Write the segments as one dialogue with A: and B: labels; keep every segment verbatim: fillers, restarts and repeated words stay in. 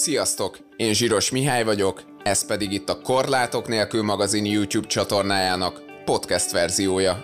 A: Sziasztok! Én Zsiros Mihály vagyok, ez pedig itt a Korlátok nélkül magazin YouTube csatornájának podcast verziója.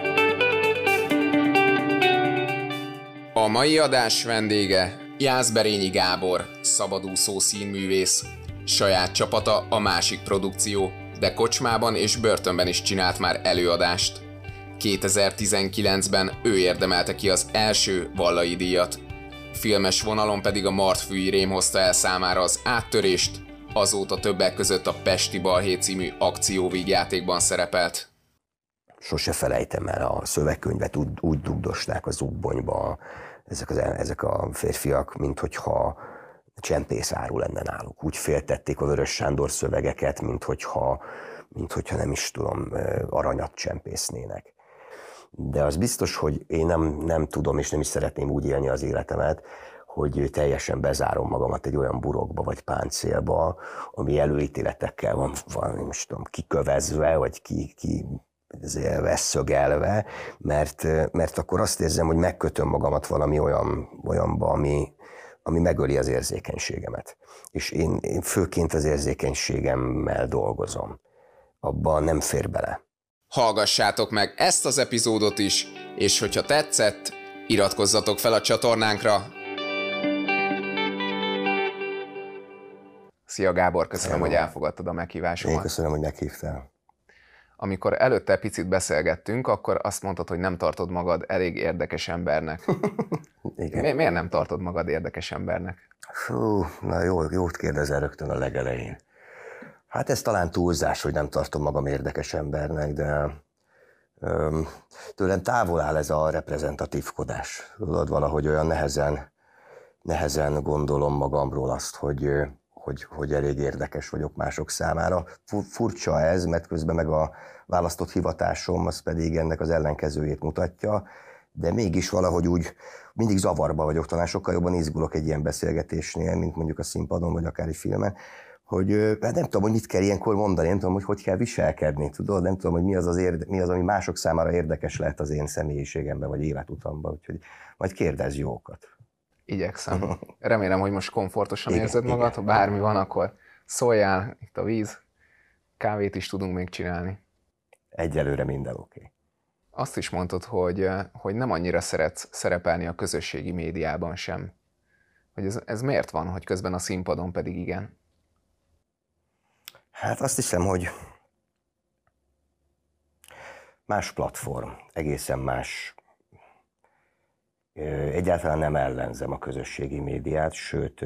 A: A mai adás vendége Jászberényi Gábor, szabadúszó színművész. Saját csapata a Másik Produkció, de kocsmában és börtönben is csinált már előadást. kétezer-tizenkilencben ő érdemelte ki az első Vallai díjat. Filmes vonalon pedig a Martfűi Rém hozta el számára az áttörést, azóta többek között a Pesti Balhé című akcióvígjátékban szerepelt.
B: Sose felejtem el, a szövegkönyvet úgy, úgy dugdosták az zubbonyba ezek, az, ezek a férfiak, minthogyha csempészáru lenne náluk. Úgy féltették a Vörös Sándor szövegeket, minthogyha, minthogyha nem is tudom, aranyat csempésznének. De az biztos, hogy én nem, nem tudom, és nem is szeretném úgy élni az életemet, hogy teljesen bezárom magamat egy olyan burokba vagy páncélba, ami előítéletekkel van, van nem is tudom, kikövezve, vagy ki, ki veszögelve, mert, mert akkor azt érzem, hogy megkötöm magamat valami olyan, olyanba, ami, ami megöli az érzékenységemet. És én, én főként az érzékenységemmel dolgozom. Abban nem fér bele.
A: Hallgassátok meg ezt az epizódot is, és hogyha tetszett, iratkozzatok fel a csatornánkra. Szia Gábor, köszönöm, Hello. hogy elfogadtad a meghívásomat.
B: Én köszönöm, hogy meghívtál.
A: Amikor előtte picit beszélgettünk, akkor azt mondtad, hogy nem tartod magad elég érdekes embernek.
B: Igen.
A: Mi, miért nem tartod magad érdekes embernek?
B: Fú, na jó, jót kérdezel rögtön a legelején. Hát ez talán túlzás, hogy nem tartom magam érdekes embernek, de öm, tőlem távol áll ez a reprezentatívkodás. Tudod, valahogy olyan nehezen, nehezen gondolom magamról azt, hogy, hogy, hogy elég érdekes vagyok mások számára. Furcsa ez, mert közben meg a választott hivatásom, az pedig ennek az ellenkezőjét mutatja, de mégis valahogy úgy mindig zavarba vagyok, talán sokkal jobban izgulok egy ilyen beszélgetésnél, mint mondjuk a színpadon, vagy akár egy filmen, hogy hát nem tudom, hogy mit kell ilyenkor mondani, nem tudom, hogy hogy kell viselkedni, tudod, nem tudom, hogy mi az, az érde, mi az, ami mások számára érdekes lehet az én személyiségemben, vagy életutamban, úgyhogy majd kérdezz jókat.
A: Igyekszem. Remélem, hogy most komfortosan
B: igen,
A: érzed magad,
B: igen.
A: Ha bármi van, akkor szóljál, itt a víz, kávét is tudunk még csinálni.
B: Egyelőre minden oké. Okay.
A: Azt is mondtad, hogy, hogy nem annyira szeretsz szerepelni a közösségi médiában sem. Hogy ez, ez miért van, hogy közben a színpadon pedig igen?
B: Hát azt hiszem, hogy más platform, egészen más. Egyáltalán nem ellenzem a közösségi médiát, sőt,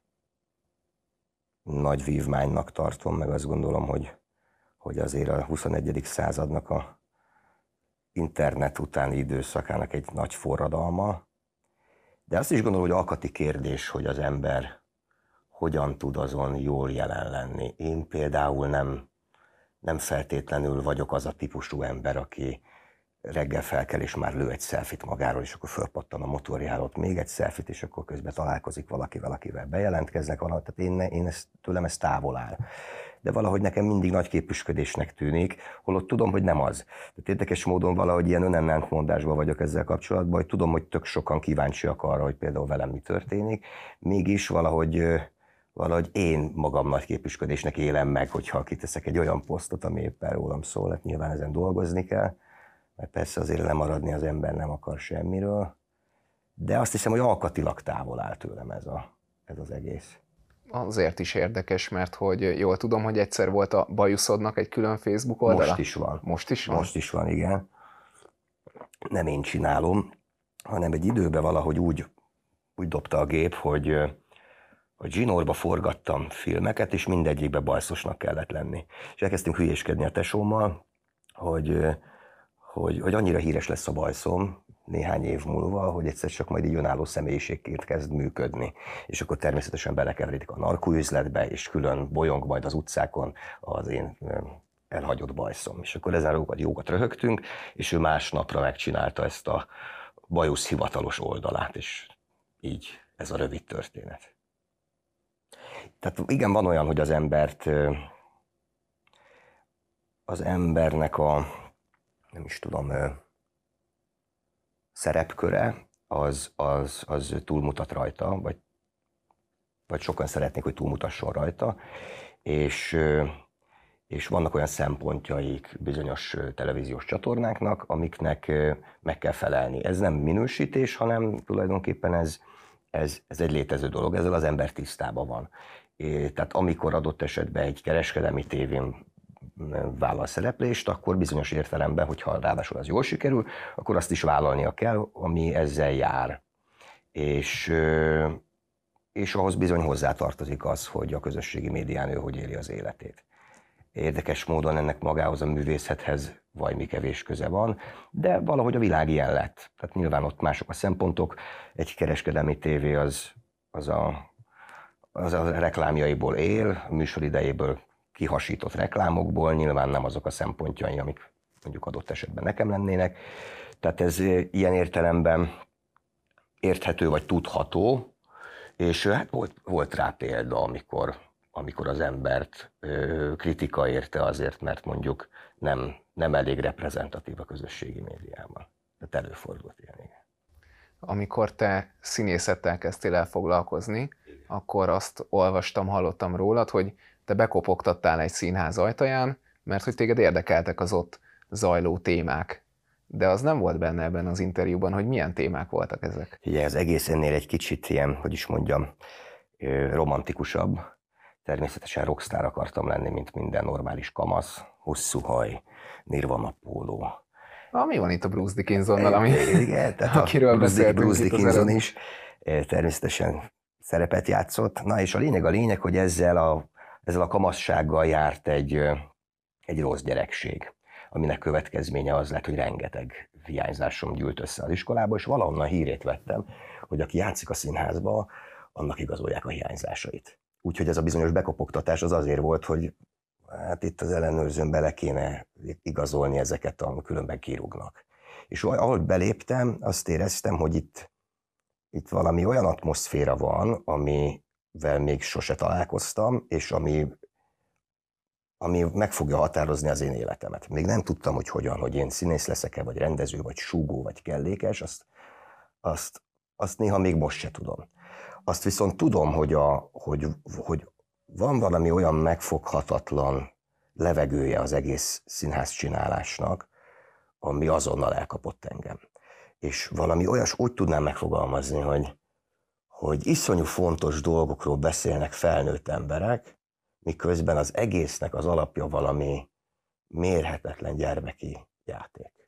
B: nagy vívmánynak tartom, meg azt gondolom, hogy, hogy azért a huszonegyedik századnak a internet utáni időszakának egy nagy forradalma. De azt is gondolom, hogy alkati kérdés, hogy az ember hogyan tud azon jól jelen lenni. Én például nem, nem feltétlenül vagyok az a típusú ember, aki reggel felkel és már lő egy selfit magáról, és akkor fölpattan a motorjáról, még egy selfit, és akkor közben találkozik valakivel, akivel bejelentkeznek valahogy. Tehát én, én ezt, tőlem ez távol áll. De valahogy nekem mindig nagy képüsködésnek tűnik, holott tudom, hogy nem az. Tehát érdekes módon valahogy ilyen önellentmondásban vagyok ezzel kapcsolatban, hogy tudom, hogy tök sokan kíváncsiak arra, hogy például velem mi történik, mégis valahogy valahogy én magam nagy képüsködésnek élem meg, hogyha kiteszek egy olyan posztot, ami éppen rólam szól, hát nyilván ezen dolgozni kell, mert persze azért lemaradni az ember nem akar semmiről, de azt hiszem, hogy alkatilag távol áll tőlem ez, a, ez az egész.
A: Azért is érdekes, mert hogy jól tudom, hogy egyszer volt a bajuszodnak egy külön Facebook oldala?
B: Most is van.
A: Most is van?
B: Most is van, igen. Nem én csinálom, hanem egy időben valahogy úgy, úgy dobta a gép, hogy hogy zsinórba forgattam filmeket, és mindegyikbe bajszosnak kellett lenni. És elkezdtünk hülyéskedni a tesómmal, hogy, hogy, hogy annyira híres lesz a bajszom néhány év múlva, hogy egyszer csak majd így önálló személyiségként kezd működni. És akkor természetesen belekeveredik a narkóüzletbe, és külön bolyong majd az utcákon az én elhagyott bajszom. És akkor ezen jókat, jókat röhögtünk, és ő másnapra megcsinálta ezt a bajusz hivatalos oldalát, és így ez a rövid történet. Tehát igen, van olyan, hogy az embert, az embernek a, nem is tudom, szerepköre, az, az, az túlmutat rajta, vagy vagy sokan szeretnék, hogy túlmutasson rajta, és, és vannak olyan szempontjaik bizonyos televíziós csatornáknak, amiknek meg kell felelni. Ez nem minősítés, hanem tulajdonképpen ez, ez, ez egy létező dolog, ezzel az ember tisztában van. É, tehát amikor adott esetben egy kereskedelmi tévén vállal szereplést, akkor bizonyos értelemben, hogyha ráadásul az jól sikerül, akkor azt is vállalnia kell, ami ezzel jár. És, és ahhoz bizony hozzátartozik az, hogy a közösségi médián ő hogy éli az életét. Érdekes módon ennek magához a művészethez vajmi kevés köze van, de valahogy a világ ilyen lett. Tehát nyilván ott mások a szempontok. Egy kereskedelmi tévé az, az, a, az a reklámjaiból él, a műsoridejéből kihasított reklámokból, nyilván nem azok a szempontjai, amik mondjuk adott esetben nekem lennének. Tehát ez ilyen értelemben érthető vagy tudható, és hát volt, volt rá példa, amikor, amikor az embert ö, kritika érte azért, mert mondjuk nem, nem elég reprezentatív a közösségi médiában. Tehát előfordult ilyen, igen.
A: Amikor te színészettel kezdtél el foglalkozni, akkor azt olvastam, hallottam rólad, hogy te bekopogtattál egy színház ajtaján, mert hogy téged érdekeltek az ott zajló témák. De az nem volt benne ebben az interjúban, hogy milyen témák voltak ezek.
B: Ugye az egész ennél egy kicsit ilyen, hogy is mondjam, romantikusabb. Természetesen rockstar akartam lenni, mint minden normális kamasz. Hosszú haj, Nirvana póló.
A: Ah, mi van itt a Bruce Dickinsonnal, ami,
B: igen, tehát
A: akiről
B: beszéltünk Bruce Dickinson is természetesen szerepet játszott. Na és a lényeg a lényeg, hogy ezzel a, ezzel a kamaszsággal járt egy, egy rossz gyerekség, aminek következménye az lett, hogy rengeteg hiányzásom gyűlt össze az iskolába, és valahonnan hírét vettem, hogy aki játszik a színházba, annak igazolják a hiányzásait. Úgyhogy ez a bizonyos bekopogtatás az azért volt, hogy hát itt az ellenőrzőn bele kéne igazolni ezeket, amit különben kirúgnak. És ahogy beléptem, azt éreztem, hogy itt, itt valami olyan atmoszféra van, amivel még sose találkoztam, és ami ami meg fogja határozni az én életemet. Még nem tudtam, hogy hogyan, hogy én színész leszek-e, vagy rendező, vagy súgó, vagy kellékes, azt, azt, azt néha még most se tudom. Azt viszont tudom, hogy, a, hogy, hogy van valami olyan megfoghatatlan levegője az egész színház csinálásnak, ami azonnal elkapott engem. És valami olyas, úgy tudnám megfogalmazni, hogy, hogy iszonyú fontos dolgokról beszélnek felnőtt emberek, miközben az egésznek az alapja valami mérhetetlen gyermeki játék.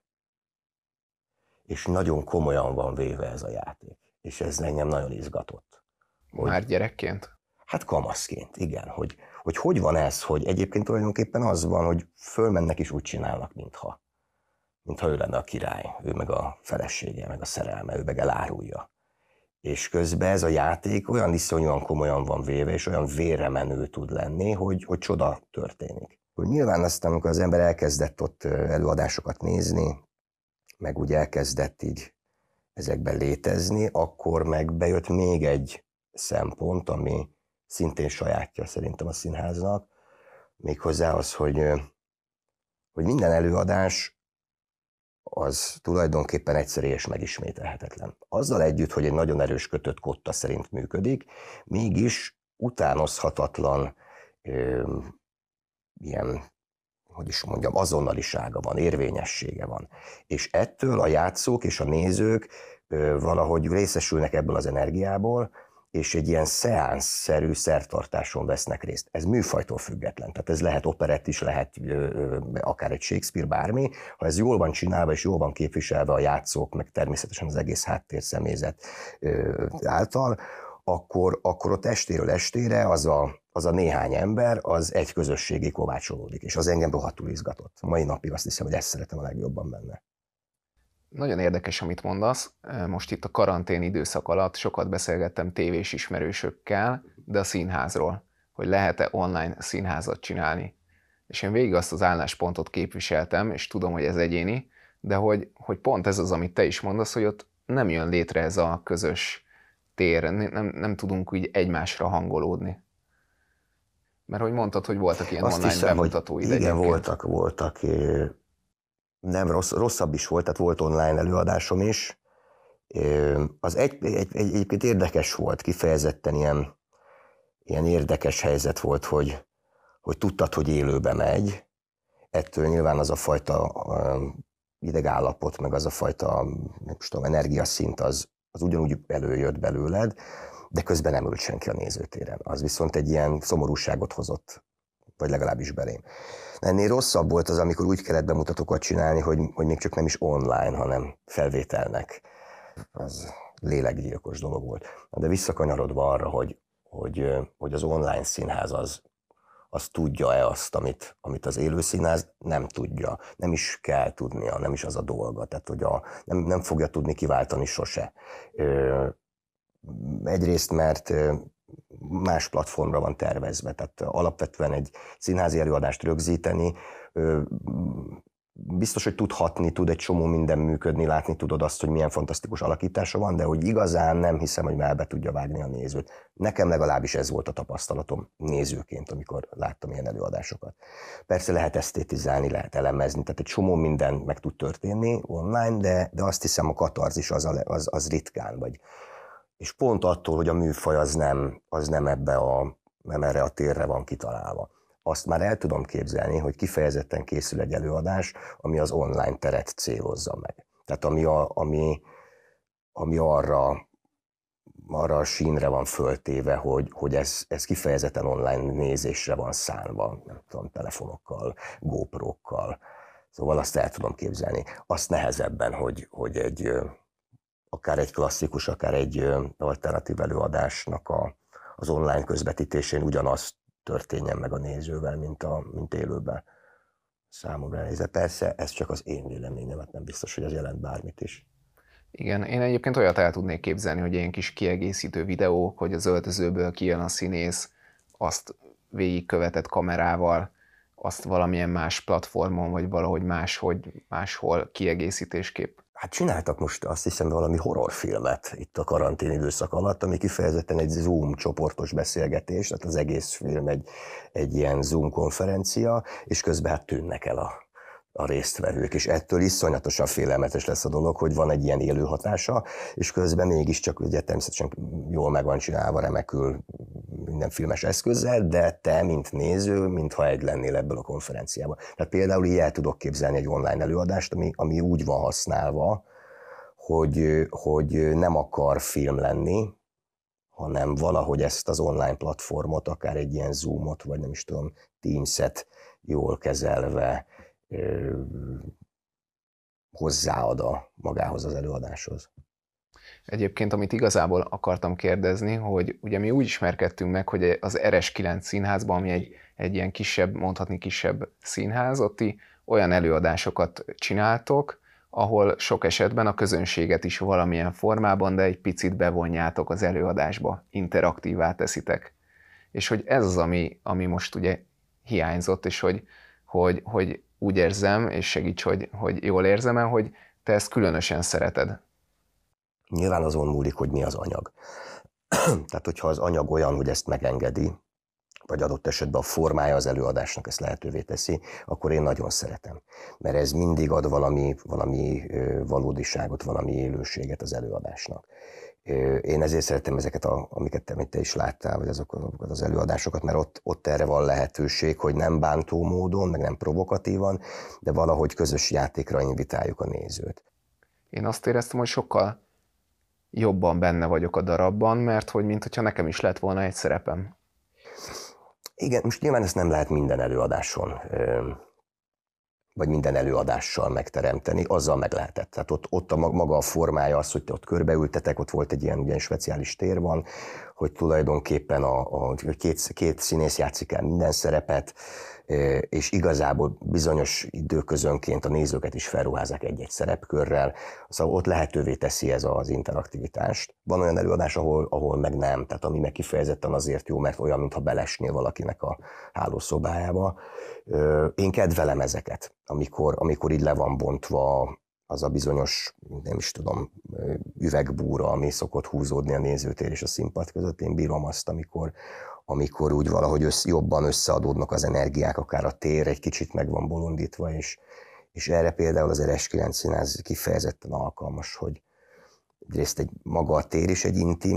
B: És nagyon komolyan van véve ez a játék. És ez engem nagyon izgatott.
A: Hogy, már gyerekként?
B: Hát kamaszként, igen. Hogy, hogy hogy van ez, hogy egyébként tulajdonképpen az van, hogy fölmennek és úgy csinálnak, mintha, mintha ő lenne a király, ő meg a felesége, meg a szerelme, ő meg elárulja. És közben ez a játék olyan iszonyúan komolyan van véve, és olyan vérre menő tud lenni, hogy, hogy csoda történik. Hogy nyilván aztán, amikor az ember elkezdett ott előadásokat nézni, meg úgy elkezdett így ezekben létezni, akkor meg bejött még egy szempont, ami szintén sajátja szerintem a színháznak, méghozzá az, hogy, hogy minden előadás az tulajdonképpen egyszerű és megismételhetetlen. Azzal együtt, hogy egy nagyon erős kötött kotta szerint működik, mégis utánozhatatlan ö, ilyen, hogy is mondjam, azonnalisága van, érvényessége van. És ettől a játszók és a nézők ö, valahogy részesülnek ebből az energiából, és egy ilyen szeánsz-szerű szertartáson vesznek részt. Ez műfajtól független, tehát ez lehet operett is, lehet ö, ö, akár egy Shakespeare, bármi. Ha ez jól van csinálva és jól van képviselve a játszók, meg természetesen az egész háttérszemélyzet ö, által, akkor, akkor ott estéről estére az a, az a néhány ember, az egy közösségé kovácsolódik, és az engem rohadtul izgatott. Mai napig azt hiszem, hogy ezt szeretem a legjobban benne.
A: Nagyon érdekes, amit mondasz. Most itt a karantén időszak alatt sokat beszélgettem tévés ismerősökkel, de a színházról, hogy lehet-e online színházat csinálni. És én végig azt az álláspontot képviseltem, és tudom, hogy ez egyéni, de hogy, hogy pont ez az, amit te is mondasz, hogy ott nem jön létre ez a közös tér, nem, nem tudunk úgy egymásra hangolódni. Mert hogy mondtad, hogy voltak ilyen
B: azt
A: online
B: hiszem,
A: bemutatóid.
B: Igen,
A: egyébként.
B: voltak, voltak. Nem rossz, rosszabb is volt, tehát volt online előadásom is. Az egy, egy, egy, egyébként érdekes volt, kifejezetten ilyen, ilyen érdekes helyzet volt, hogy, hogy tudtad, hogy élőbe megy, ettől nyilván az a fajta idegállapot, meg az a fajta nem tudom, energiaszint az, az ugyanúgy előjött belőled, de közben nem ült senki a nézőtéren. Az viszont egy ilyen szomorúságot hozott, vagy legalábbis belém. Ennél rosszabb volt az, amikor úgy kellett bemutatókat csinálni, hogy, hogy még csak nem is online, hanem felvételnek. Az lélekgyilkos dolog volt. De visszakanyarodva arra, hogy, hogy, hogy az online színház az, az tudja-e azt, amit, amit az élő színház nem tudja. Nem is kell tudnia, nem is az a dolga. Tehát, hogy a, nem, nem fogja tudni kiváltani sose. Egyrészt, mert más platformra van tervezve, tehát alapvetően egy színházi előadást rögzíteni, biztos, hogy tud hatni, tud egy csomó minden működni, látni tudod azt, hogy milyen fantasztikus alakítása van, de hogy igazán nem hiszem, hogy már be tudja vágni a nézőt. Nekem legalábbis ez volt a tapasztalatom nézőként, amikor láttam ilyen előadásokat. Persze lehet esztétizálni, lehet elemezni, tehát egy csomó minden meg tud történni online, de, de azt hiszem a katarzis az, az, az ritkán, vagy és pont attól, hogy a műfaj az nem, az nem ebbe a, nem erre a térre van kitalálva. Azt már el tudom képzelni, hogy kifejezetten készül egy előadás, ami az online teret célozza meg. Tehát ami, a, ami, ami arra, arra a sínre van föltéve, hogy, hogy ez, ez kifejezetten online nézésre van szánva, nem tudom, telefonokkal, GoPro-kkal. Szóval azt el tudom képzelni. Azt nehezebben, hogy, hogy egy akár egy klasszikus, akár egy alternatív előadásnak a, az online közvetítésén ugyanaz történjen meg a nézővel, mint, a, mint élőben. Számomra nézve. Persze, ez csak az én véleményem, hát nem biztos, hogy az jelent bármit is.
A: Igen, én egyébként olyat el tudnék képzelni, hogy ilyen kis kiegészítő videók, hogy az öltözőből kijön a színész, azt végigkövetett kamerával, azt valamilyen más platformon, vagy valahogy máshogy, máshol kiegészítésképp.
B: Hát csináltak most azt hiszem valami horrorfilmet itt a karantén időszak alatt, ami kifejezetten egy Zoom csoportos beszélgetés, tehát az egész film egy, egy ilyen Zoom konferencia, és közben hát tűnnek el a, a résztvevők, és ettől iszonyatosan félelmetes lesz a dolog, hogy van egy ilyen élő hatása, és közben mégiscsak ugye természetesen jól meg van csinálva, remekül minden filmes eszközzel, de te, mint néző, mintha egy lennél ebből a konferenciában. Tehát például így el tudok képzelni egy online előadást, ami, ami úgy van használva, hogy, hogy nem akar film lenni, hanem valahogy ezt az online platformot, akár egy ilyen Zoomot, vagy nem is tudom, Teams-et jól kezelve ö, hozzáad a magához az előadáshoz.
A: Egyébként, amit igazából akartam kérdezni, hogy ugye mi úgy ismerkedtünk meg, hogy az er es kilenc színházban, ami egy, egy ilyen kisebb, mondhatni kisebb színház, ott ti olyan előadásokat csináltok, ahol sok esetben a közönséget is valamilyen formában, de egy picit bevonjátok az előadásba, interaktívvá teszitek. És hogy ez az, ami, ami most ugye hiányzott, és hogy, hogy, hogy úgy érzem, és segíts, hogy, hogy jól érzem-e, hogy te ezt különösen szereted.
B: Nyilván azon múlik, hogy mi az anyag. Tehát, hogyha az anyag olyan, hogy ezt megengedi, vagy adott esetben a formája az előadásnak ezt lehetővé teszi, akkor én nagyon szeretem. Mert ez mindig ad valami, valami valódiságot, valami élőséget az előadásnak. Én ezért szeretem ezeket, a, amiket te, te is láttál, vagy azokat az előadásokat, mert ott, ott erre van lehetőség, hogy nem bántó módon, meg nem provokatívan, de valahogy közös játékra invitáljuk a nézőt.
A: Én azt éreztem, hogy sokkal jobban benne vagyok a darabban, mert hogy mintha nekem is lett volna egy szerepem.
B: Igen, most nyilván ezt nem lehet minden előadáson, vagy minden előadással megteremteni, azzal meg lehetett. Tehát ott, ott a maga a formája az, hogy te ott körbeültetek, ott volt egy ilyen ugyan speciális tér van, hogy tulajdonképpen a, a két, két színész játszik el minden szerepet, és igazából bizonyos időközönként a nézőket is felruházzák egy-egy szerepkörrel, szóval ott lehetővé teszi ez az interaktivitást. Van olyan előadás, ahol, ahol meg nem, tehát ami meg kifejezetten azért jó, mert olyan, mintha belesnél valakinek a hálószobájába. Én kedvelem ezeket, amikor, amikor így le van bontva az a bizonyos, nem is tudom, üvegbúra, ami szokott húzódni a nézőtér és a színpad között. Én bírom azt, amikor, amikor úgy valahogy össze, jobban összeadódnak az energiák, akár a tér egy kicsit meg van bolondítva, és, és erre például az er es kilenc színház kifejezetten alkalmas, hogy egyrészt egy, maga a tér is egy intim,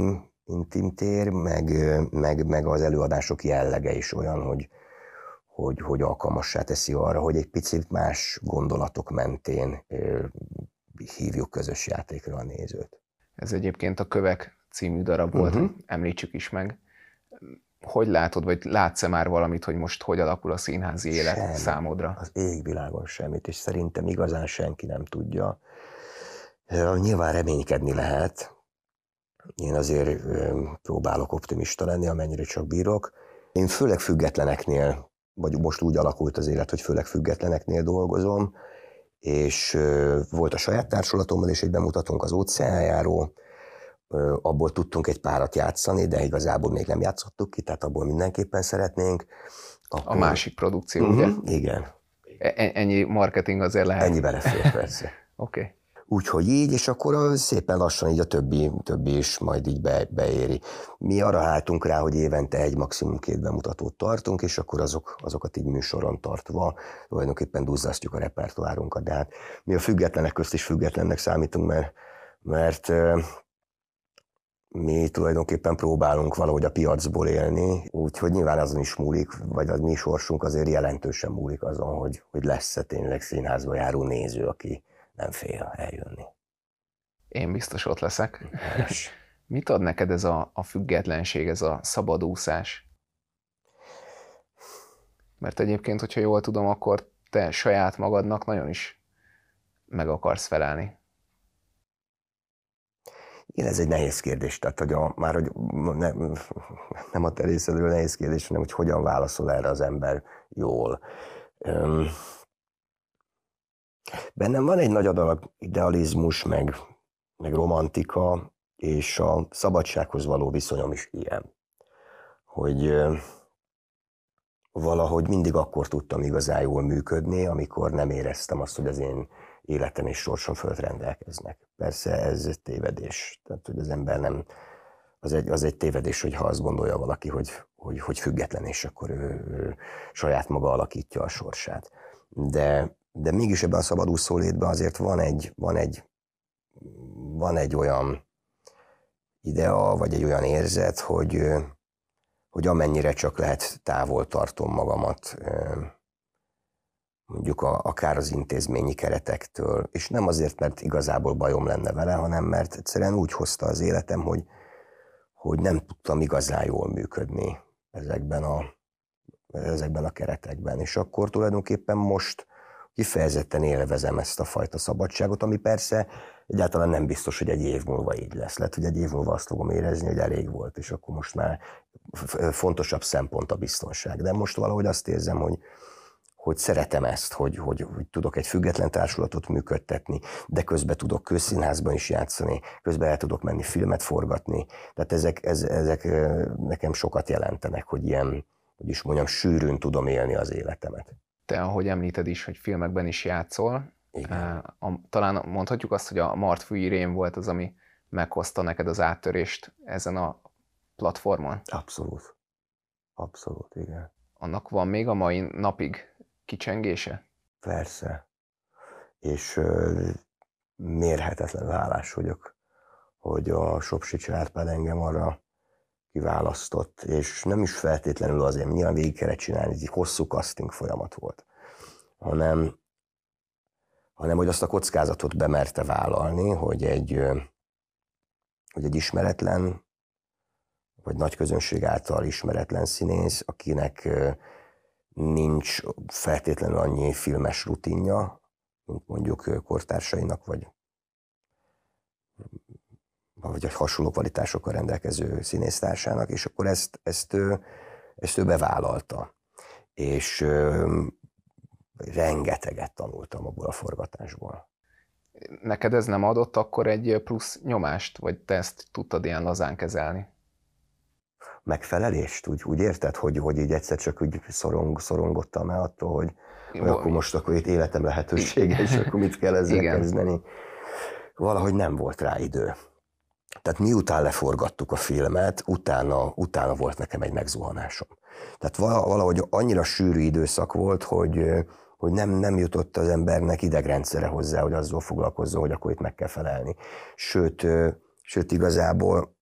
B: intim tér, meg, meg, meg az előadások jellege is olyan, hogy, hogy, hogy alkalmassá teszi arra, hogy egy picit más gondolatok mentén hívjuk közös játékra a nézőt.
A: Ez egyébként a Kövek című darab volt, uh-huh. említsük is meg. Hogy látod, vagy látsz-e már valamit, hogy most hogy alakul a színházi élet
B: Semmi,
A: számodra?
B: Az égvilágon semmit, és szerintem igazán senki nem tudja. Nyilván reménykedni lehet. Én azért próbálok optimista lenni, amennyire csak bírok. Én főleg függetleneknél, vagy most úgy alakult az élet, hogy főleg függetleneknél dolgozom, és volt a saját társulatommal is egy bemutatónk, az Óceánjáró, abból tudtunk egy párat játszani, de igazából még nem játszottuk ki, tehát abból mindenképpen szeretnénk.
A: Akkor... A másik produkció, uh-huh, ugye?
B: Igen.
A: E- ennyi marketing azért lehet.
B: Ennyi belefér, persze.
A: Oké. Okay.
B: Úgyhogy így, és akkor szépen lassan így a többi, többi is majd így be, beéri. Mi arra álltunk rá, hogy évente egy, maximum két bemutatót tartunk, és akkor azok, azokat így műsoron tartva tulajdonképpen duzzasztjuk a repertoárunkat. De hát mi a függetlenek közt is függetlennek számítunk, mert, mert mi tulajdonképpen próbálunk valahogy a piacból élni, úgyhogy nyilván azon is múlik, vagy a mi sorsunk azért jelentősen múlik azon, hogy, hogy lesz-e tényleg színházba járó néző, aki nem fél eljönni.
A: Én biztos ott leszek. Mit ad neked ez a, a függetlenség, ez a szabadúszás? Mert egyébként, hogyha jól tudom, akkor te saját magadnak nagyon is meg akarsz felelni.
B: Igen, ez egy nehéz kérdés, tehát hogy a, már hogy nem, nem a te részedről nehéz kérdés, hanem hogy hogyan válaszol erre az ember jól. Öm, bennem van egy nagy adag idealizmus, meg, meg romantika, és a szabadsághoz való viszonyom is ilyen. Hogy ö, valahogy mindig akkor tudtam igazán jól működni, amikor nem éreztem azt, hogy az én életem és sorsom fölött rendelkeznek. Persze ez egy tévedés. Tehát, hogy az ember nem, az egy, az egy tévedés, hogyha azt gondolja valaki, hogy, hogy, hogy független, és akkor ő, ő saját maga alakítja a sorsát. De, de mégis ebben a szabadúszó létben azért van egy, van egy, van egy olyan idea, vagy egy olyan érzet, hogy, hogy amennyire csak lehet távol tartom magamat mondjuk a, akár az intézményi keretektől, és nem azért, mert igazából bajom lenne vele, hanem mert egyszerűen úgy hozta az életem, hogy, hogy nem tudtam igazán jól működni ezekben a, ezekben a keretekben. És akkor tulajdonképpen most kifejezetten élvezem ezt a fajta szabadságot, ami persze egyáltalán nem biztos, hogy egy év múlva így lesz. Lehet, hogy egy év múlva azt fogom érezni, hogy elég volt, és akkor most már fontosabb szempont a biztonság. De most valahogy azt érzem, hogy hogy szeretem ezt, hogy, hogy, hogy tudok egy független társulatot működtetni, de közben tudok közszínházban is játszani, közben el tudok menni filmet forgatni. Tehát ezek, ez, ezek nekem sokat jelentenek, hogy ilyen, hogy is mondjam, sűrűn tudom élni az életemet.
A: Te, ahogy említed is, hogy filmekben is játszol, a, talán mondhatjuk azt, hogy a Martfui Irén volt az, ami meghozta neked az áttörést ezen a platformon?
B: Abszolút. Abszolút, igen.
A: Annak van még a mai napig kicsengése?
B: Persze. És uh, mérhetetlenül hálás vagyok, hogy a Sopsics Árpád engem arra kiválasztott, és nem is feltétlenül azért, nyilván végig kellett csinálni, egy hosszú casting folyamat volt, hanem, hanem hogy azt a kockázatot bemerte vállalni, hogy egy, uh, hogy egy ismeretlen, vagy nagy közönség által ismeretlen színész, akinek uh, nincs feltétlenül annyi filmes rutinja, mint mondjuk kortársainak, vagy, vagy hasonló kvalitásokkal rendelkező színésztársának, és akkor ezt, ezt, ő, ezt ő bevállalta. És ö, rengeteget tanultam abból a forgatásból.
A: Neked ez nem adott akkor egy plusz nyomást, vagy te ezt tudtad ilyen lazán kezelni?
B: Megfelelést? Úgy, úgy érted, hogy, hogy így egyszer csak úgy szorong, szorongottam el attól, hogy, hogy akkor most akkor itt életem lehetősége, és akkor mit kell ezzel Igen. kezdeni. Valahogy nem volt rá idő. Tehát miután leforgattuk a filmet, utána, utána volt nekem egy megzuhanásom. Tehát valahogy annyira sűrű időszak volt, hogy, hogy nem, nem jutott az embernek idegrendszere hozzá, hogy azzal foglalkozzon, hogy akkor itt meg kell felelni. Sőt, sőt igazából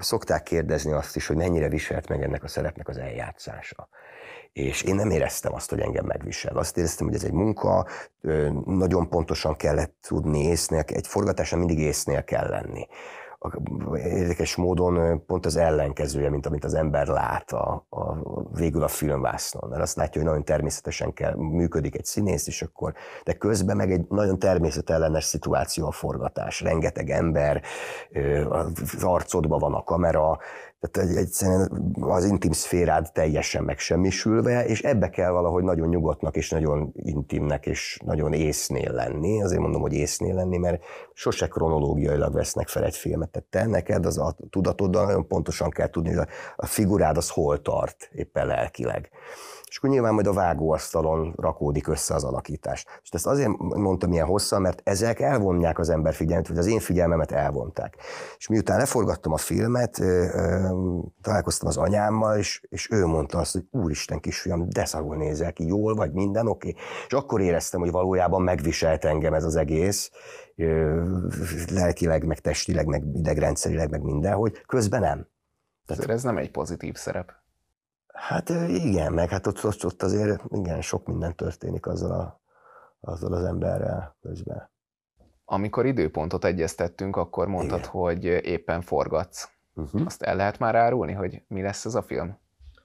B: szokták kérdezni azt is, hogy mennyire viselt meg ennek a szerepnek az eljátszása. És én nem éreztem azt, hogy engem megvisel. Azt éreztem, hogy ez egy munka, nagyon pontosan kellett tudni észnél, egy forgatáson mindig észnél kell lenni. Érdekes módon pont az ellenkezője, mint amit az ember lát a, a, végül a filmvásznon. Mert azt látja, hogy nagyon természetesen kell, működik egy színész, és akkor, de közben meg egy nagyon természetellenes szituáció a forgatás. Rengeteg ember, az arcodban van a kamera, tehát egyszerűen az intim szférád teljesen megsemmisülve, és ebbe kell valahogy nagyon nyugodtnak, és nagyon intimnek, és nagyon észnél lenni. Azért mondom, hogy észnél lenni, mert sose kronológiailag vesznek fel egy filmet. Tehát te neked az a tudatoddal nagyon pontosan kell tudni, hogy a figurád az hol tart éppen lelkileg. És akkor nyilván majd a vágóasztalon rakódik össze az alakítás. És ezt azért mondtam ilyen hosszan, mert ezek elvonják az ember figyelmet, vagy az én figyelmemet elvonták. És miután leforgattam a filmet, találkoztam az anyámmal, és, és ő mondta azt, hogy úristen kisfiam, de szagul nézel ki, jól vagy, minden oké. Okay. És akkor éreztem, hogy valójában megviselt engem ez az egész, lelkileg, meg testileg, meg idegrendszerileg, meg mindenhogy, közben nem.
A: Tehát ez nem egy pozitív szerep.
B: Hát igen, meg hát ott, ott, ott azért igen, sok minden történik azzal, a, azzal az emberrel közben.
A: Amikor időpontot egyeztettünk, akkor mondtad, igen, hogy éppen forgatsz. Uh-huh. Azt el lehet már árulni, hogy mi lesz ez a film?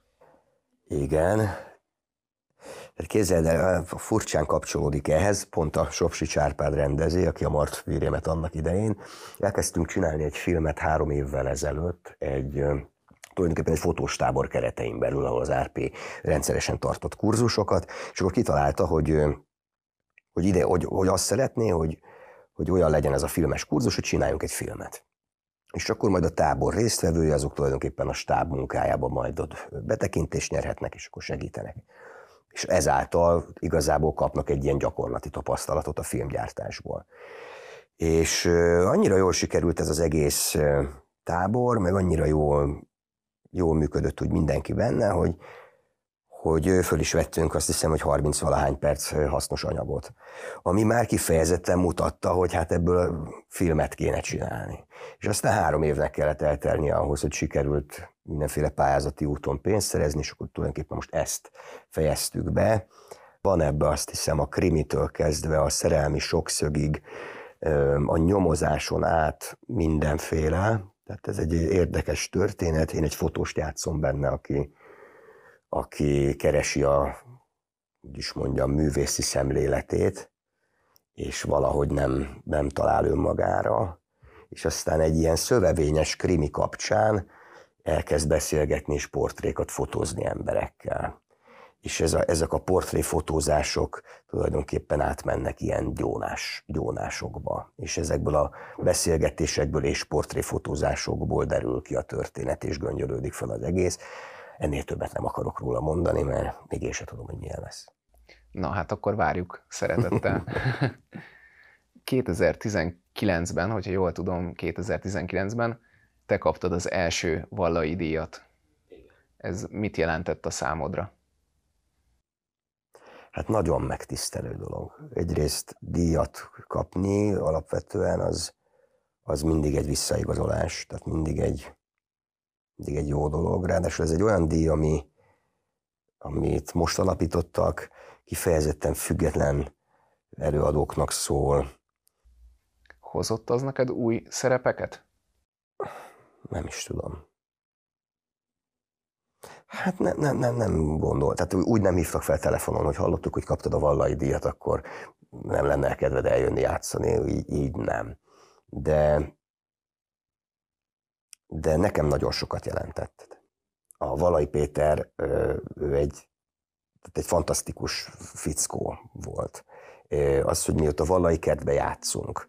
B: Igen. Tehát képzeld el, furcsán kapcsolódik ehhez, pont a Sopsics Árpád rendezi, aki a Mart férjemet annak idején. Elkezdtünk csinálni egy filmet három évvel ezelőtt, egy tulajdonképpen egy fotóstábor keretein belül, ahol az er pé rendszeresen tartott kurzusokat, és akkor kitalálta, hogy, hogy, ide, hogy, hogy azt szeretné, hogy, hogy olyan legyen ez a filmes kurzus, hogy csináljunk egy filmet. És akkor majd a tábor résztvevői, azok tulajdonképpen a stáb munkájában majd ott betekintést nyerhetnek, és akkor segítenek. És ezáltal igazából kapnak egy ilyen gyakorlati tapasztalatot a filmgyártásból. És annyira jól sikerült ez az egész tábor, meg annyira jól jól működött úgy mindenki benne, hogy, hogy föl is vettünk azt hiszem, hogy harminc-valahány perc hasznos anyagot, ami már kifejezetten mutatta, hogy hát ebből filmet kéne csinálni. És aztán három évnek kellett eltelnie ahhoz, hogy sikerült mindenféle pályázati úton pénzt szerezni, és akkor tulajdonképpen most ezt fejeztük be. Van ebbe azt hiszem a krimitől kezdve a szerelmi sokszögig, a nyomozáson át mindenféle. Tehát ez egy érdekes történet, én egy fotóst játszom benne, aki, aki keresi a, úgy is mondjam, művészi szemléletét, és valahogy nem, nem talál önmagára, és aztán egy ilyen szövevényes krimi kapcsán elkezd beszélgetni és portrékat fotózni emberekkel. És ez a, ezek a portréfotózások tulajdonképpen átmennek ilyen gyónás, gyónásokba. És ezekből a beszélgetésekből és portréfotózásokból derül ki a történet, és göngyölődik fel az egész. Ennél többet nem akarok róla mondani, mert még én sem tudom, hogy milyen lesz.
A: Na hát akkor várjuk szeretettel. kétezer-tizenkilencben, hogyha jól tudom, kétezer-tizenkilencben te kaptad az első Vallai díjat. Ez mit jelentett a számodra?
B: Hát nagyon megtisztelő dolog. Egyrészt díjat kapni alapvetően az, az mindig egy visszaigazolás, tehát mindig egy, mindig egy jó dolog. Ráadásul ez egy olyan díj, ami, amit most alapítottak, kifejezetten független előadóknak szól.
A: Hozott az neked új szerepeket?
B: Nem is tudom. Hát nem, nem, nem, nem gondol. Tehát úgy nem hívtak fel telefonon, hogy hallottuk, hogy kaptad a Vallai díjat, akkor nem lenne kedved eljönni játszani, így, így nem. De, de nekem nagyon sokat jelentett. A Vallai Péter, ő egy, egy fantasztikus fickó volt. Az, hogy mióta Vallai kertbe játszunk,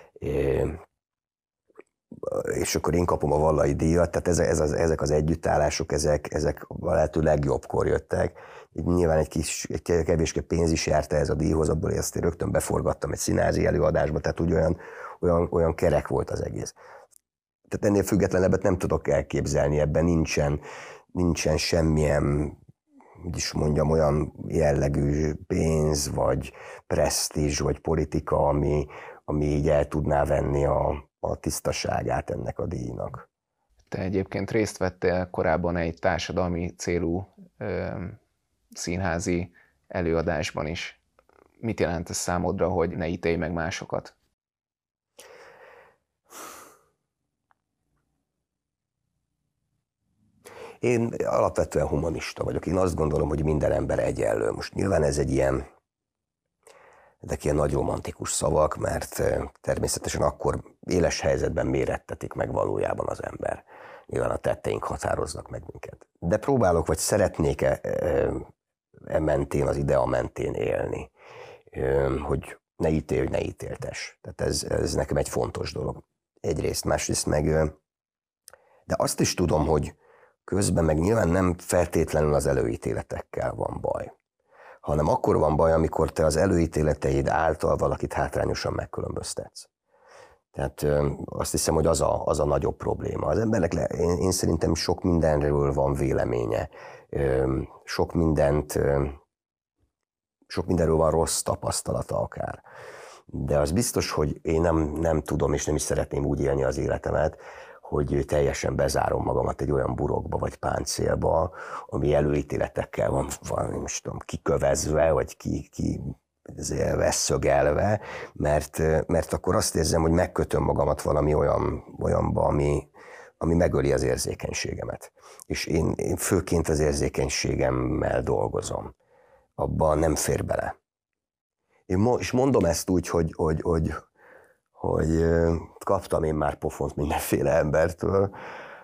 B: és akkor én kapom a Vallai díjat, tehát ez, ez az, ezek az együttállások, ezek, ezek a lehető legjobbkor jöttek. Így nyilván egy kis, egy kevéske pénz is járta ez a díjhoz, abból ezt én rögtön beforgattam egy színházi előadásba, tehát úgy olyan, olyan, olyan kerek volt az egész. Tehát ennél függetlenebbet nem tudok elképzelni, ebben nincsen, nincsen semmilyen, úgy is mondjam, olyan jellegű pénz, vagy presztízs, vagy politika, ami, ami így el tudná venni a, a tisztaságát ennek a díjnak.
A: Te egyébként részt vettél korábban egy társadalmi célú ö, színházi előadásban is. Mit jelent ez számodra, hogy ne ítélj meg másokat?
B: Én alapvetően humanista vagyok. Én azt gondolom, hogy minden ember egyenlő. Most nyilván ez egy ilyen, ezek ilyen nagy romantikus szavak, mert természetesen akkor éles helyzetben mérettetik meg valójában az ember. Nyilván a tetteink határoznak meg minket. De próbálok, vagy szeretnék-e e mentén, az idea mentén élni, hogy ne ítélj, ne ítéltes. Tehát ez, ez nekem egy fontos dolog. Egyrészt, másrészt meg, de azt is tudom, hogy közben meg nyilván nem feltétlenül az előítéletekkel van baj, hanem akkor van baj, amikor te az előítéleteid által valakit hátrányosan megkülönböztetsz. Tehát azt hiszem, hogy az a, az a nagyobb probléma. Az embernek, én, én szerintem sok mindenről van véleménye, sok mindent, sok mindenről van rossz tapasztalata akár. De az biztos, hogy én nem, nem tudom, és nem is szeretném úgy élni az életemet, hogy teljesen bezárom magamat egy olyan burokba vagy páncélba, ami előítéletekkel van, van most tudom, kikövezve, vagy ki, ki veszögelve, mert, mert akkor azt érzem, hogy megkötöm magamat valami olyan, olyanba, ami, ami megöli az érzékenységemet. És én, én főként az érzékenységemmel dolgozom. Abban nem fér bele. Én mo- és mondom ezt úgy, hogy, hogy, hogy hogy kaptam én már pofont mindenféle embertől,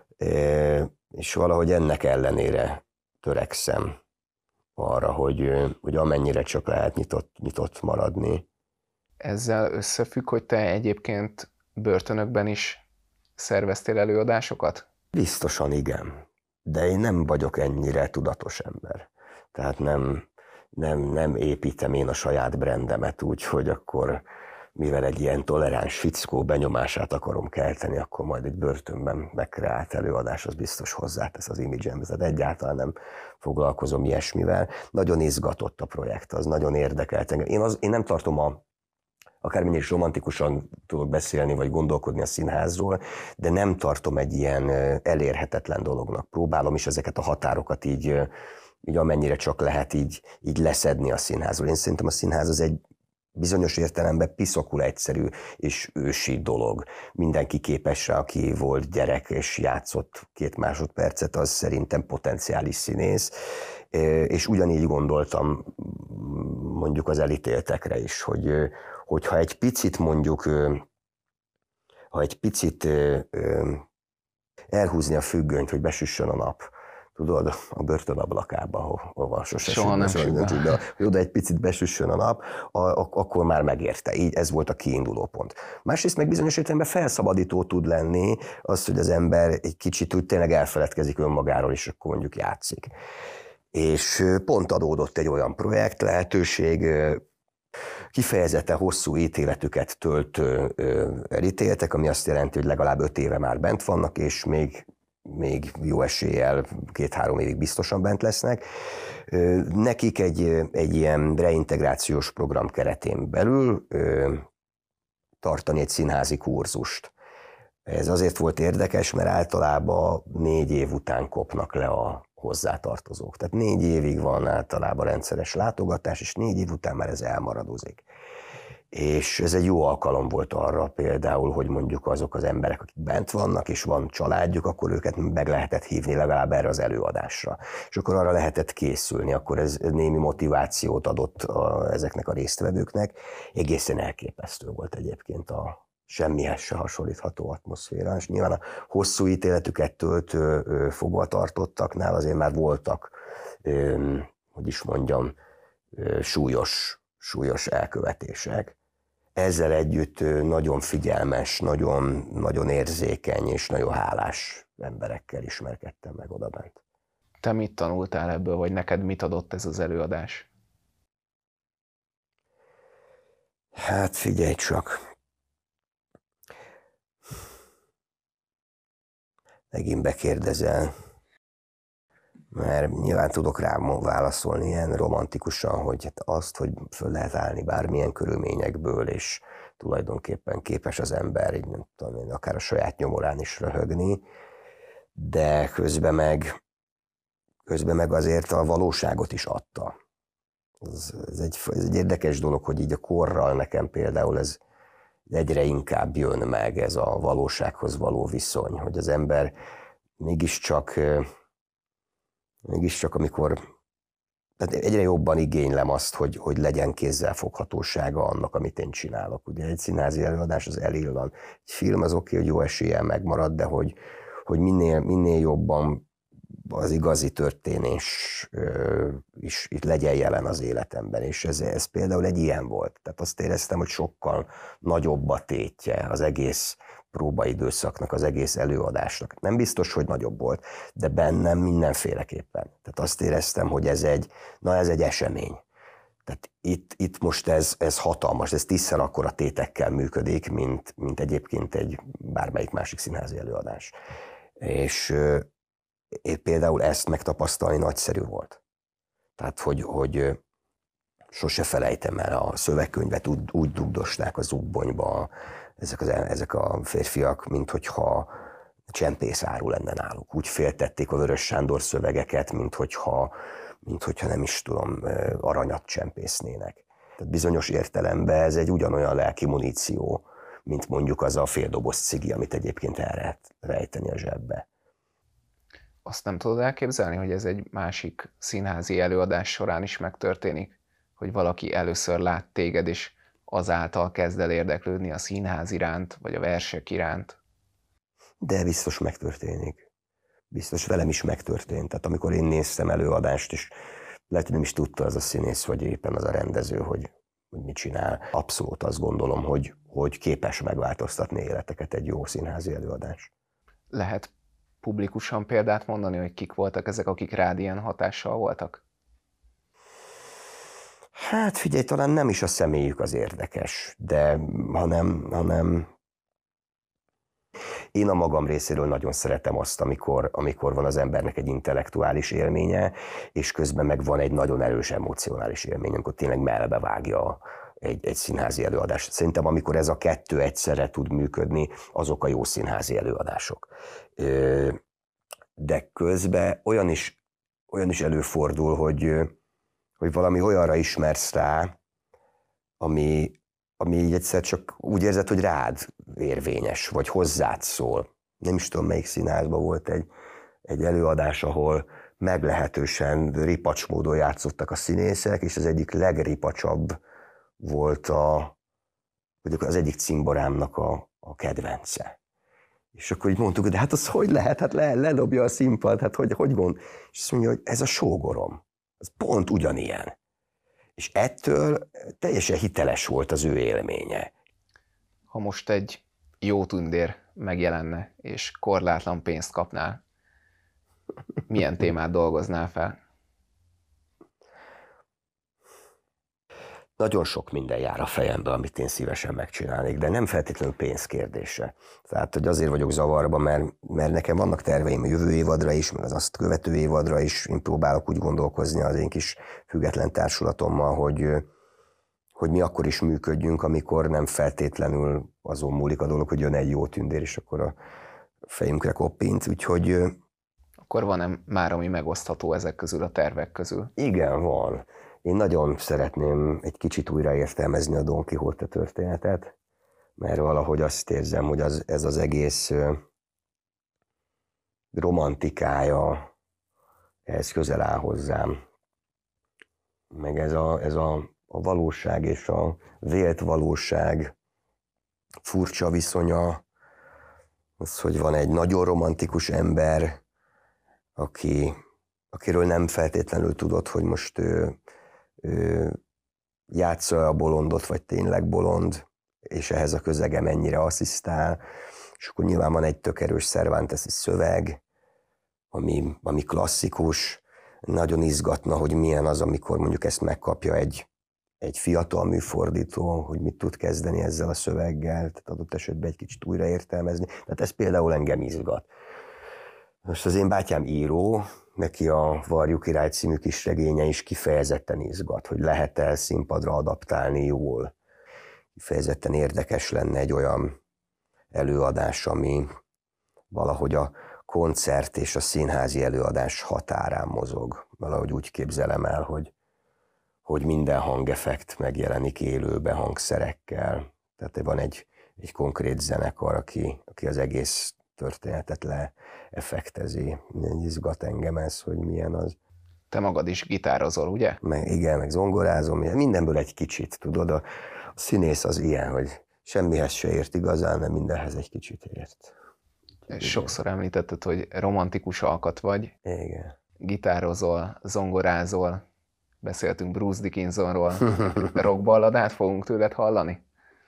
B: és valahogy ennek ellenére törekszem arra, hogy, hogy amennyire csak lehet nyitott, nyitott maradni.
A: Ezzel összefügg, hogy te egyébként börtönökben is szerveztél előadásokat?
B: Biztosan igen, de én nem vagyok ennyire tudatos ember. Tehát nem, nem, nem építem én a saját brandemet úgy, hogy akkor mivel egy ilyen toleráns fickó benyomását akarom kelteni, akkor majd egy börtönben megkreált előadás az biztos hozzátesz az imidzsembe. Tehát egyáltalán nem foglalkozom ilyesmivel. Nagyon izgatott a projekt, az nagyon érdekelt engem. Én, az, én nem tartom a, akármennyire is romantikusan tudok beszélni, vagy gondolkodni a színházról, de nem tartom egy ilyen elérhetetlen dolognak. Próbálom is ezeket a határokat így, így amennyire csak lehet így, így leszedni a színházról. Én szerintem a színház az egy bizonyos értelemben piszokul egyszerű és ősi dolog. Mindenki képes rá, aki volt gyerek és játszott két másodpercet, az szerintem potenciális színész. És ugyanígy gondoltam mondjuk az elítéltekre is, hogy hogyha egy picit mondjuk, ha egy picit elhúzni a függönyt, hogy besüssön a nap, tudod, a börtön ablakába, hova sose
A: Soha nem
B: süt, de hogy oda egy picit besüssön a nap, a, a, akkor már megérte. Így ez volt a kiinduló pont. Másrészt meg bizonyos értelemben felszabadító tud lenni az, hogy az ember egy kicsit úgy tényleg elfeledkezik önmagáról, és akkor mondjuk játszik. És pont adódott egy olyan projekt lehetőség, kifejezetten hosszú ítéletüket töltő elítéltek, ami azt jelenti, hogy legalább öt éve már bent vannak, és még még jó eséllyel két-három évig biztosan bent lesznek. Nekik egy, egy ilyen reintegrációs program keretén belül tartani egy színházi kurzust. Ez azért volt érdekes, mert általában négy év után kopnak le a hozzátartozók. Tehát négy évig van általában rendszeres látogatás, és négy év után már ez elmaradozik. És ez egy jó alkalom volt arra például, hogy mondjuk azok az emberek, akik bent vannak, és van családjuk, akkor őket meg lehetett hívni legalább erre az előadásra. És akkor arra lehetett készülni, akkor ez némi motivációt adott a, ezeknek a résztvevőknek. Egészen elképesztő volt egyébként a semmihez se hasonlítható atmoszféra. És nyilván a hosszú ítéletüket töltő fogvatartottaknál azért már voltak, hogy is mondjam, súlyos, súlyos elkövetések. Ezzel együtt nagyon figyelmes, nagyon, nagyon érzékeny és nagyon hálás emberekkel ismerkedtem meg odabent.
A: Te mit tanultál ebből, vagy neked mit adott ez az előadás?
B: Hát figyelj csak. Megint bekérdezel, mert nyilván tudok rám válaszolni ilyen romantikusan, hogy hát azt, hogy föl lehet állni bármilyen körülményekből, és tulajdonképpen képes az ember, így nem tudom én, akár a saját nyomorán is röhögni. de közben meg, közben meg azért a valóságot is adta. Ez, ez, egy, ez egy érdekes dolog, hogy így a korral nekem például ez egyre inkább jön meg, ez a valósághoz való viszony, hogy az ember mégiscsak, mégiscsak amikor, tehát egyre jobban igénylem azt, hogy, hogy legyen kézzelfoghatósága annak, amit én csinálok. Ugye egy színházi előadás az elillan. Egy film az oké, hogy jó eséllyel megmarad, de hogy, hogy minél, minél jobban az igazi történés is itt legyen jelen az életemben, és ez, ez például egy ilyen volt. Tehát azt éreztem, hogy sokkal nagyobb a tétje az egész próbaidőszaknak, az egész előadásnak. Nem biztos, hogy nagyobb volt, de bennem mindenféleképpen. Tehát azt éreztem, hogy ez egy, na ez egy esemény. Tehát itt, itt most ez, ez hatalmas, ez tízszer akkora tétekkel működik, mint, mint egyébként egy bármelyik másik színházi előadás. És én például ezt megtapasztalni nagyszerű volt. Tehát, hogy, hogy sose felejtem el, a szövegkönyvet úgy, úgy dugdosták a zubbonyba ezek, az, ezek a férfiak, mint hogyha csempészáru lenne náluk. Úgy féltették a Vörös Sándor szövegeket, mint hogyha, mint hogyha nem is tudom, aranyat csempésznének. Tehát bizonyos értelemben ez egy ugyanolyan lelki muníció, mint mondjuk az a fél doboz cigi, amit egyébként el lehet rejteni a zsebbe.
A: Azt nem tudod elképzelni, hogy ez egy másik színházi előadás során is megtörténik? Hogy valaki először lát téged, és azáltal kezd el érdeklődni a színház iránt, vagy a versek iránt?
B: De biztos megtörténik. Biztos velem is megtörtént. Tehát amikor én néztem előadást, és lehet, hogy nem is tudta az a színész, vagy éppen az a rendező, hogy, hogy mit csinál. Abszolút azt gondolom, hogy, hogy képes megváltoztatni életeket egy jó színházi előadás.
A: Lehet publikusan példát mondani, hogy kik voltak ezek, akik rád ilyen hatással voltak?
B: Hát figyelj, talán nem is a személyük az érdekes, de hanem, hanem én a magam részéről nagyon szeretem azt, amikor, amikor van az embernek egy intellektuális élménye, és közben meg van egy nagyon erős emocionális élmény, amikor tényleg melbevágja egy, egy színházi előadást. Szerintem amikor ez a kettő egyszerre tud működni, azok a jó színházi előadások. De közben olyan is, olyan is előfordul, hogy, hogy valami olyanra ismersz rá, ami, ami így egyszer csak úgy érzed, hogy rád érvényes, vagy hozzád szól. Nem is tudom, melyik színházban volt egy, egy előadás, ahol meglehetősen ripacs módon játszottak a színészek, és az egyik legripacsabb volt a, az egyik cimborámnak a, a kedvence. És akkor így mondtuk, de hát az hogy lehet, hát le, ledobja a színpad, hát hogy, hogy gond? És azt mondja, hogy ez a sógorom, ez pont ugyanilyen. És ettől teljesen hiteles volt az ő élménye.
A: Ha most egy jó tündér megjelenne, és korlátlan pénzt kapnál, milyen témát dolgoznál fel?
B: Nagyon sok minden jár a fejembe, amit én szívesen megcsinálnék, de nem feltétlenül pénzkérdése. Tehát, hogy azért vagyok zavarban, mert, mert nekem vannak terveim a jövő évadra is, meg az azt követő évadra is. Én próbálok úgy gondolkozni az én kis független társulatommal, hogy, hogy mi akkor is működjünk, amikor nem feltétlenül azon múlik a dolog, hogy jön egy jó tündér, és akkor a fejünkre koppint. Úgyhogy...
A: Akkor van-e már, ami megosztható ezek közül, a tervek közül?
B: Igen, van. Én nagyon szeretném egy kicsit újra értelmezni a Don Quixote történetet, mert valahogy azt érzem, hogy az, ez az egész romantikája, ez közel áll hozzám. Meg ez a, ez a, a valóság és a vélt valóság furcsa viszonya, az, hogy van egy nagyon romantikus ember, aki, akiről nem feltétlenül tudod, hogy most ő, ő játsza a bolondot, vagy tényleg bolond, és ehhez a közege mennyire asszisztál, és akkor nyilván van egy tök erős Cervantesi szöveg, ami, ami klasszikus, nagyon izgatna, hogy milyen az, amikor mondjuk ezt megkapja egy, egy fiatal műfordító, hogy mit tud kezdeni ezzel a szöveggel, tehát adott esetben egy kicsit újraértelmezni. Tehát ez például engem izgat. Most az én bátyám író, neki a Varjú király című kis regénye is kifejezetten izgat, hogy lehet-e színpadra adaptálni jól. Kifejezetten érdekes lenne egy olyan előadás, ami valahogy a koncert és a színházi előadás határán mozog. Valahogy úgy képzelem el, hogy, hogy minden hangeffekt megjelenik élőben hangszerekkel. Tehát van egy, egy konkrét zenekar, aki, aki az egész történetet leeffektezi. Izgat engem ez, hogy milyen az.
A: Te magad is gitározol, ugye?
B: Meg, igen, meg zongorázom, mindenből egy kicsit, tudod, a, a színész az ilyen, hogy semmihez se ért igazán, de mindenhez egy kicsit ért.
A: Sokszor említetted, hogy romantikus alkat vagy.
B: Igen.
A: Gitározol, zongorázol, beszéltünk Bruce Dickinsonról. Rockballadát fogunk tőled hallani?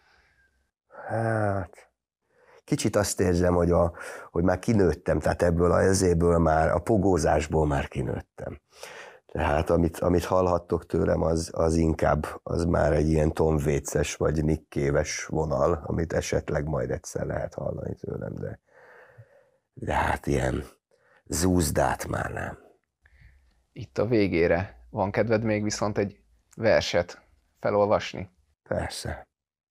B: Hát, kicsit azt érzem, hogy, a, hogy már kinőttem, tehát ebből a ezéből már, a pogózásból már kinőttem. Tehát amit, amit hallhattok tőlem, az, az inkább, az már egy ilyen Tom Waits-es vagy Nick Cave-es vonal, amit esetleg majd egyszer lehet hallani tőlem, de, de hát ilyen zúzdát már nem.
A: Itt a végére van kedved még viszont egy verset felolvasni?
B: Persze.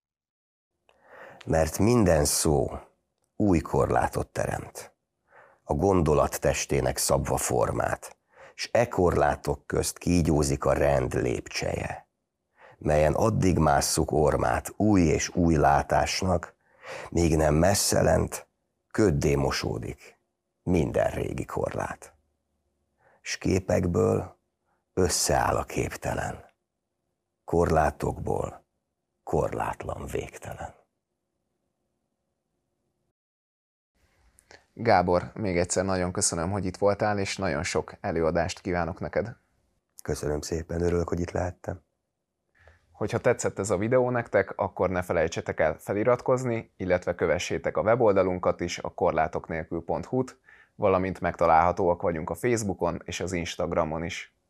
B: Mert minden szó új korlátot teremt, a gondolat testének szabva formát, s e korlátok közt kígyózik a rend lépcseje, melyen addig másszuk ormát új és új látásnak, míg nem messze lent köddé mosódik minden régi korlát. S képekből összeáll a képtelen, korlátokból korlátlan végtelen.
A: Gábor, még egyszer nagyon köszönöm, hogy itt voltál, és nagyon sok előadást kívánok neked.
B: Köszönöm szépen, örülök, hogy itt lehettem.
A: Hogyha tetszett ez a videó nektek, akkor ne felejtsetek el feliratkozni, illetve kövessétek a weboldalunkat is, a korlátoknélkül pont hu-t, valamint megtalálhatóak vagyunk a Facebookon és az Instagramon is.